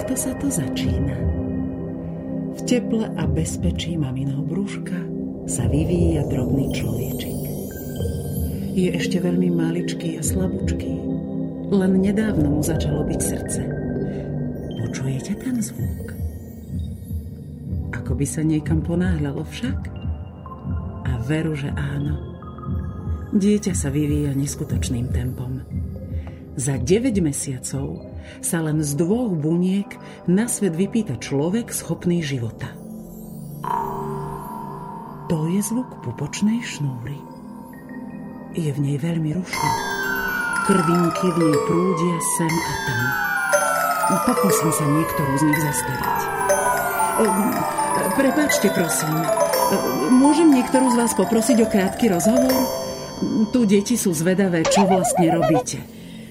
takto sa to začína. V teple a bezpečí maminého brúška sa vyvíja drobný človečik. Je ešte veľmi maličký a slabúčký. Len nedávno mu začalo byť srdce. Počujete ten zvuk? Ako by sa niekam ponáhľalo však? A veru, že áno. Dieťa sa vyvíja neskutočným tempom. Za 9 mesiacov sa len z 2 buniek na svet vypýta človek schopný života. To je zvuk pupočnej šnúry. Je v nej veľmi rušno. Krvinky v nej prúdia sem a tam. Pokúsim sa niektorú z nich zastaviť. Prepáčte, prosím. Môžem niektorú z vás poprosiť o krátky rozhovor? Tu deti sú zvedavé, čo vlastne robíte.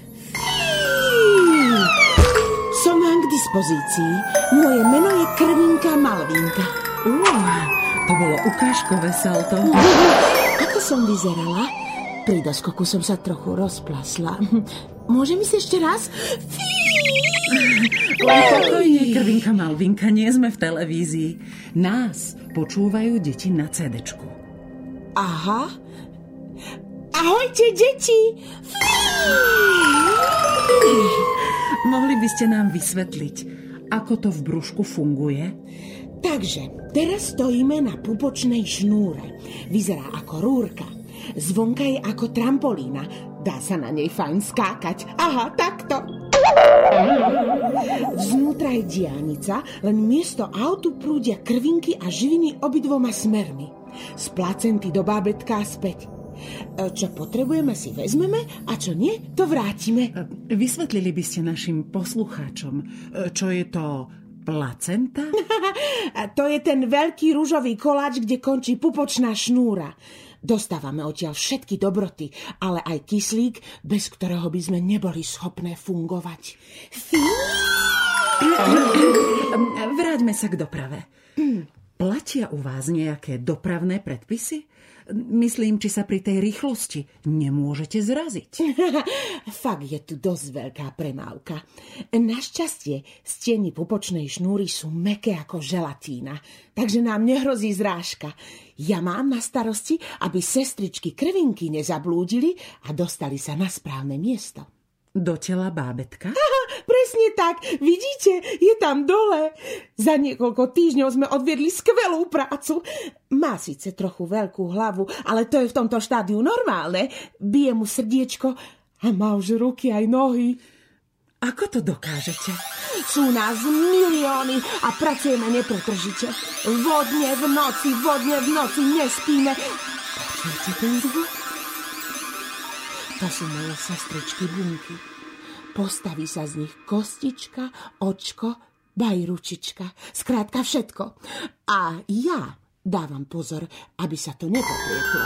Som vám k dispozícii. Moje meno je Krvinka Malvinka. To bolo ukážkové salto. Ako som vyzerala? Pri doskoku som sa trochu rozplasla. Môžem ísť ešte raz? Pokojne, Krvinka Malvinka, nie sme v televízii. Nás počúvajú deti na CD-čku. Aha. Ahojte, deti! Mohli by ste nám vysvetliť, ako to v brúšku funguje? Takže, teraz stojíme na pupočnej šnúre. Vyzerá ako rúrka. Zvonka je ako trampolína. Dá sa na nej fajn skákať. Aha, takto. Vznútra je diaľnica, len miesto autu prúdia krvinky a živiny obidvoma smermi. Z placenty do bábätka a späť. Čo potrebujeme, si vezmeme a čo nie, to vrátime. Vysvetlili by ste našim poslucháčom, čo je to placenta? To je ten veľký ružový koláč, kde končí pupočná šnúra. Dostávame odtiaľ všetky dobroty, ale aj kyslík, bez ktorého by sme neboli schopné fungovať. Vráťme sa k doprave. Platia u vás nejaké dopravné predpisy? Myslím, či sa pri tej rýchlosti nemôžete zraziť. Fakt je tu dosť veľká premávka. Našťastie steny pupočnej šnúry sú mäkké ako želatína, takže nám nehrozí zrážka. Ja mám na starosti, aby sestričky Krvinky nezablúdili a dostali sa na správne miesto. Do tela bábätka? Presne tak, vidíte, je tam dole. Za niekoľko týždňov sme odviedli skvelú prácu. Má síce trochu veľkú hlavu, ale to je v tomto štádiu normálne. Bije mu srdiečko a má už ruky aj nohy. Ako to dokážete? Sú nás milióny a pracujeme nepretržite. Vodne v noci nespíme. Počujete ten zvuk? To sú moje sestričky bunky. Postaví sa z nich kostička, očko, bajručička. Skrátka všetko. A ja dávam pozor, aby sa to nepoplietlo.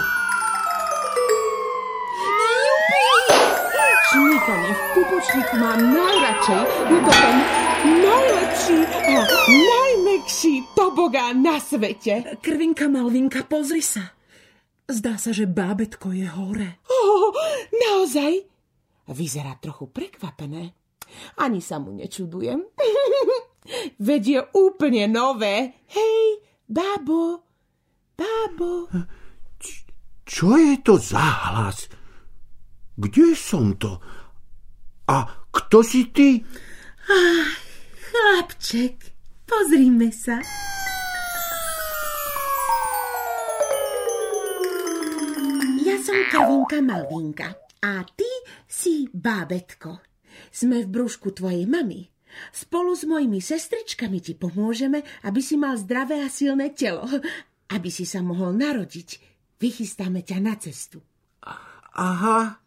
Jupi! Šmýkanie v pupočníku mám najradšej. Je to ten najlepší a najmäkší tobogán na svete. Krvinka Malvinka, pozri sa. Zdá sa, že bábätko je hore. Naozaj? Vyzerá trochu prekvapené. Ani sa mu nečudujem. Veď je úplne nové. Hej, bábo. Čo je to za hlas? Kde som to? A kto si ty? Chlapček, pozrime sa. Ja som Krvinka Malvinka a ty si bábätko. Sme v brúšku tvojej mamy. Spolu s mojimi sestričkami ti pomôžeme, aby si mal zdravé a silné telo. Aby si sa mohol narodiť. Vychystáme ťa na cestu. Aha.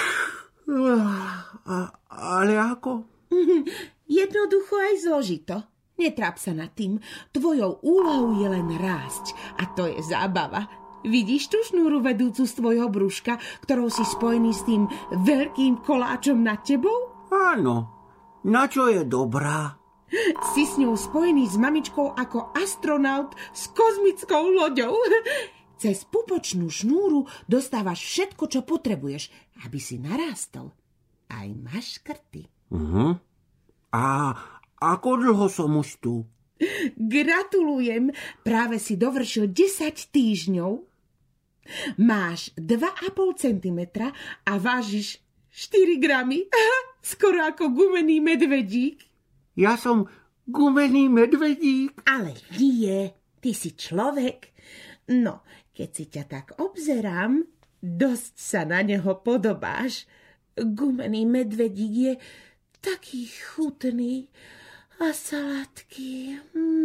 Ale ako? Jednoducho aj zložito. Netráp sa nad tým. Tvojou úlohou je len rásť. A to je zábava. Vidíš tú šnúru vedúcu z tvojho brúška, ktorou si spojený s tým veľkým koláčom nad tebou? Áno. Na čo je dobrá? Si s ňou spojený s mamičkou ako astronaut s kozmickou loďou. Cez pupočnú šnúru dostávaš všetko, čo potrebuješ, aby si narástol. Aj máš škrty. A Ako dlho som už tu? Gratulujem, práve si dovršil 10 týždňov. Máš 2,5 cm a vážiš 4 gramy. Skoro ako gumený medvedík. Ja som gumený medvedík. Ale nie, ty si človek. No, keď si ťa tak obzerám, dosť sa na neho podobáš. Gumený medvedík je taký chutný a sladký.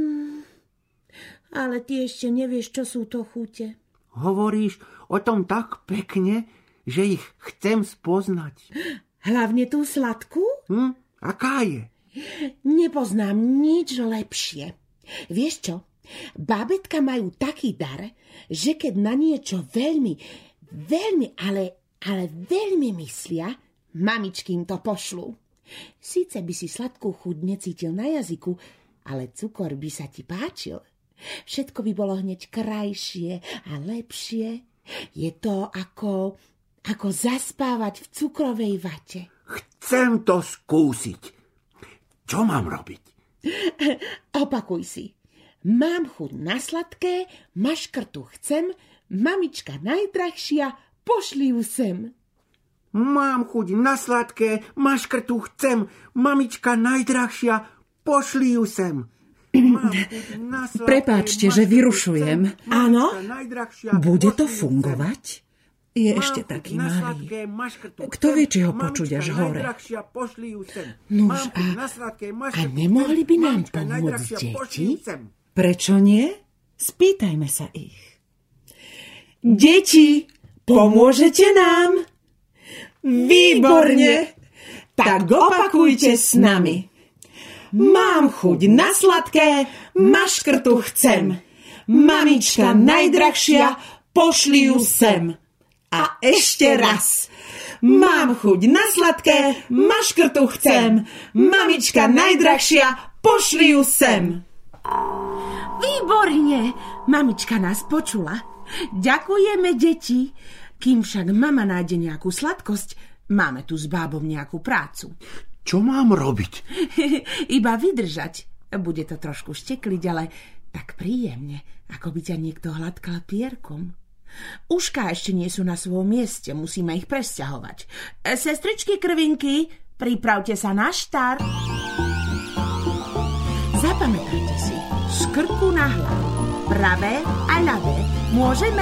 Ale ty ešte nevieš, čo sú to chute. Hovoríš o tom tak pekne, že ich chcem spoznať. Hlavne tú sladkú? Aká je? Nepoznám nič lepšie. Vieš čo? Bábätka majú taký dar, že keď na niečo veľmi, ale veľmi myslia, mamičky im to pošlú. Síce by si sladkú chuť necítil na jazyku, ale cukor by sa ti páčil. Všetko by bolo hneď krajšie a lepšie. Je to ako zaspávať v cukrovej vate. Chcem to skúsiť. Čo mám robiť? Opakuj si. Mám chuť na sladké, maškrtu chcem, mamička najdrahšia, pošli ju sem. Mám chuť na sladké, maškrtu chcem, mamička najdrahšia, pošli ju sem. Prepáčte, že vyrušujem. Áno? Bude to fungovať? Je ešte taký malý. Kto vie, či ho počuť až hore? Nuž, a nemohli by nám pomôcť deti? Prečo nie? Spýtajme sa ich. Deti, pomôžete nám? Výborne! Tak opakujte s nami. Mám chuť na sladké, maškrtu chcem. Mamička najdrahšia, pošli ju sem. A ešte raz. Mám chuť na sladké, maškrtu chcem. Mamička najdrahšia, pošli ju sem. Výborne! Mamička nás počula. Ďakujeme, deti. Kým však mama nájde nejakú sladkosť, máme tu s bábom nejakú prácu. Čo mám robiť? Iba vydržať. Bude to trošku štekliť, ale tak príjemne, ako by ťa niekto hladkal pierkom. Ušká ešte nie sú na svojom mieste, musíme ich presťahovať. Sestričky krvinky, pripravte sa na štart. Zapamätajte si, z krku na hlavu, pravé a ľavé. Môžeme?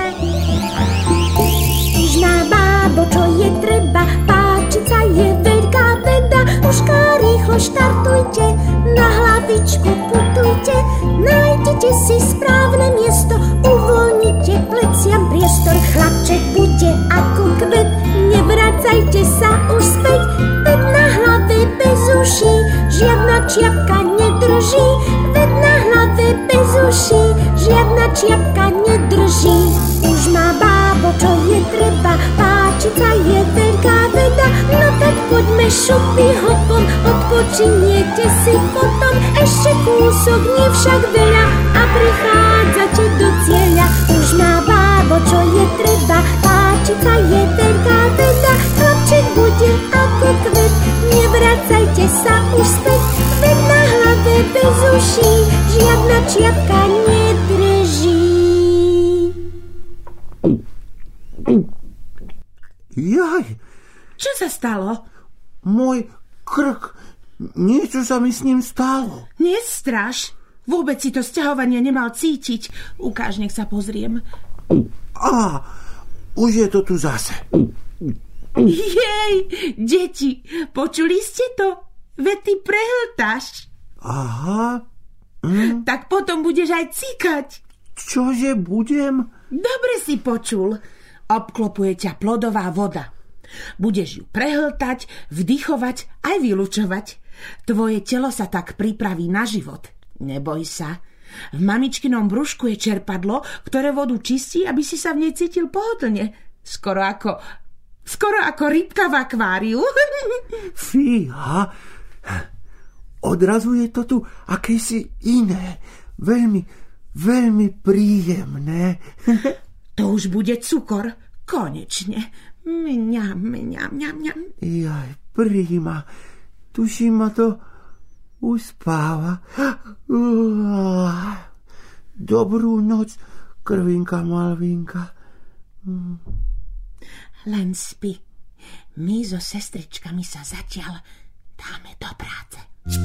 Južná bábo, čo je treba, páčiť sa je veľká veda. Uška rýchlo štartujte, na hlavičku putujte, nájdete si správne miesto, uvoľnite pleciam priestor. Chlapček bude ako kvet, nevracajte sa už späť, veď na hlave bez uší žiadna čiapka nedrží, veď na hlave bez uší žiadna čiapka nedrží. Už má bábo, čo je treba, páčiť sa je veľká veda, no tak poďme šupy hopom, odpočiniete si potom, ešte kúsok, nie však veľa a prichádzate do cieľa. Už má bábo, čo je treba, páčiť sa je veľká veda, chlapček bude ako kvet, nevracajte sa už späť, veď na hlave bez uší žiadna čiapka nedrží. Jaj! Čo sa stalo? Môj krk, niečo sa mi s ním stalo. Nestraš, vôbec si to sťahovanie nemal cítiť. Ukáž, nech sa pozriem. Už je to tu zase. Jej, deti, počuli ste to? Veď ty prehltáš. Aha. Tak potom budeš aj cikať. Čože budem? Dobre si počul. Obklopuje ťa plodová voda. Budeš ju prehltať, vdychovať aj vylučovať. Tvoje telo sa tak pripraví na život. Neboj sa. V mamičkinom brúšku je čerpadlo, ktoré vodu čistí, aby si sa v nej cítil pohodlne. Skoro ako rybka v akváriu. Fíha. Odrazu je to tu akési iné. Veľmi, veľmi príjemné. To už bude cukor. Konečne. Mňam, mňam, mňam, mňam. Jaj, príjma. Tuším, ma to uspáva. Dobrú noc, krvinka Malvinka. Len spí. My so sestričkami sa zatiaľ dáme do práce.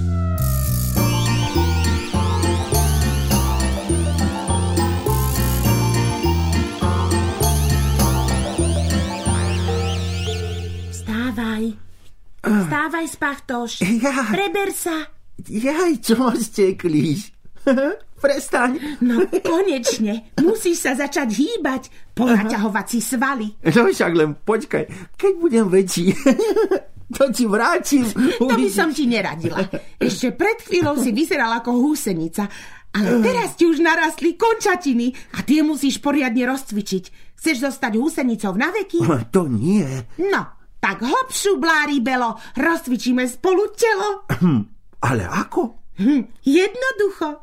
Vstávaj, Spachtoš. Ja. Preber sa. Jaj, čo steklíš? Prestaň. No, konečne. Musíš sa začať hýbať. Ponaťahovať si svaly. No však len počkaj. Keď budem väčší, to ti vrátim. To by som ti neradila. Ešte pred chvíľou si vyzeral ako húsenica. Ale teraz ti už narastli končatiny a tie musíš poriadne rozcvičiť. Chceš zostať húsenicou na veky? To nie. No, tak hop, šublári, Belo, rozcvičíme spolu telo. Ale ako? Jednoducho.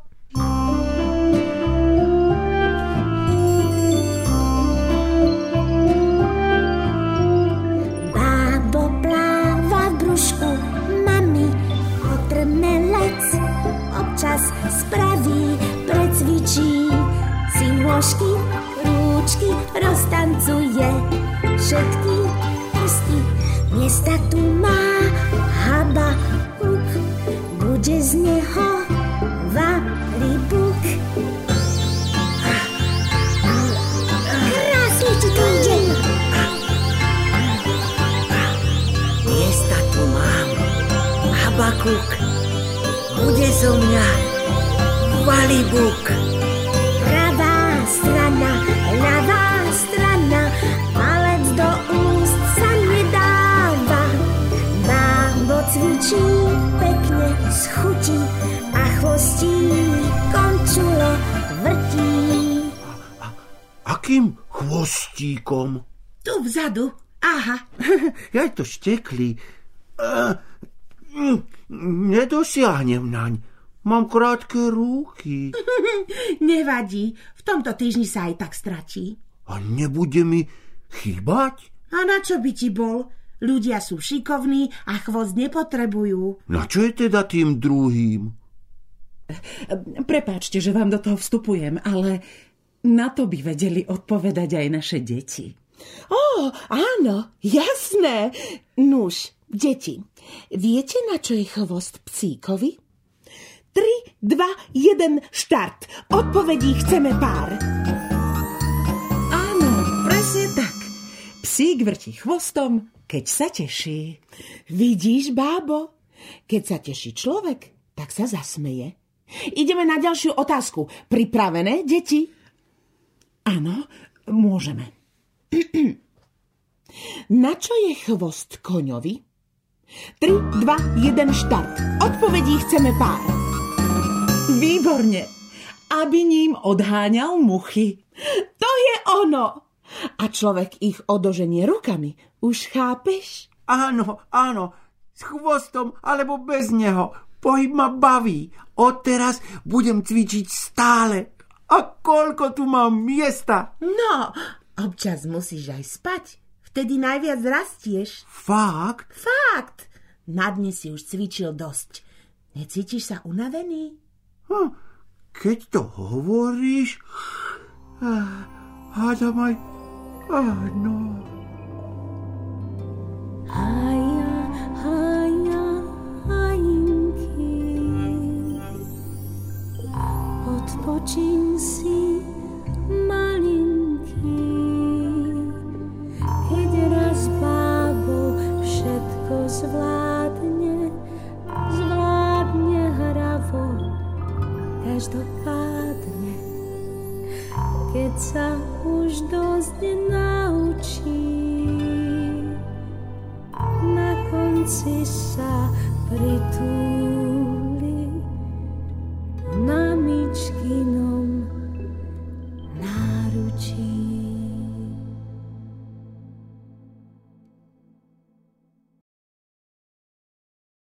Bábo pláva v brúšku mami, otrmelec občas spraví, precvičí si nôžky, rúčky, roztancuje všetky prsty. Miesta tu má Habakuk, bude z neho varibuk. Krásne ti to ide. Miesta tu mám Habakuk, bude zo mňa valibuk. Pravá strana, ľavá strana, palec do úst sa nedáva. Bábo cvičí pekne z chuti a chvostíkom čulo vrtí. Akým chvostíkom? Tu vzadu. Aha. Jaj, to štekli. Nedosiahnem naň. Mám krátke ruky. Nevadí. V tomto týždni sa aj tak stratí. A nebude mi chýbať? A na čo by ti bol? Ľudia sú šikovní a chvost nepotrebujú. Na čo je teda tým druhým? Prepáčte, že vám do toho vstupujem, ale na to by vedeli odpovedať aj naše deti. Áno, jasné. Nuž, deti, viete, na čo je chvost psíkovi? 3, 2, 1, štart. Odpovedí chceme pár. Áno, presne tak. Psík vrti chvostom, keď sa teší. Vidíš, bábo? Keď sa teší človek, tak sa zasmeje. Ideme na ďalšiu otázku. Pripravené, deti? Áno, môžeme. Na čo je chvost koňovi? 3, 2, 1, štart. Odpovedí chceme pár. Výborne. Aby ním odháňal muchy. To je ono. A človek ich odoženie rukami. Už chápeš? Áno, s chvostom alebo bez neho. Pohyb ma baví. Odteraz budem cvičiť stále. A koľko tu mám miesta? No, občas musíš aj spať. Vtedy najviac rastieš. Fakt? Fakt. Na dni si už cvičil dosť. Necítiš sa unavený? Keď to hovoríš, hádam aj áno. Haja, haja, hajinky, odpočiň si, malinky, keď raz bábo všetko zvládne hravo, každopádne, keď sa už dosť naučí, na konci sa pritúli.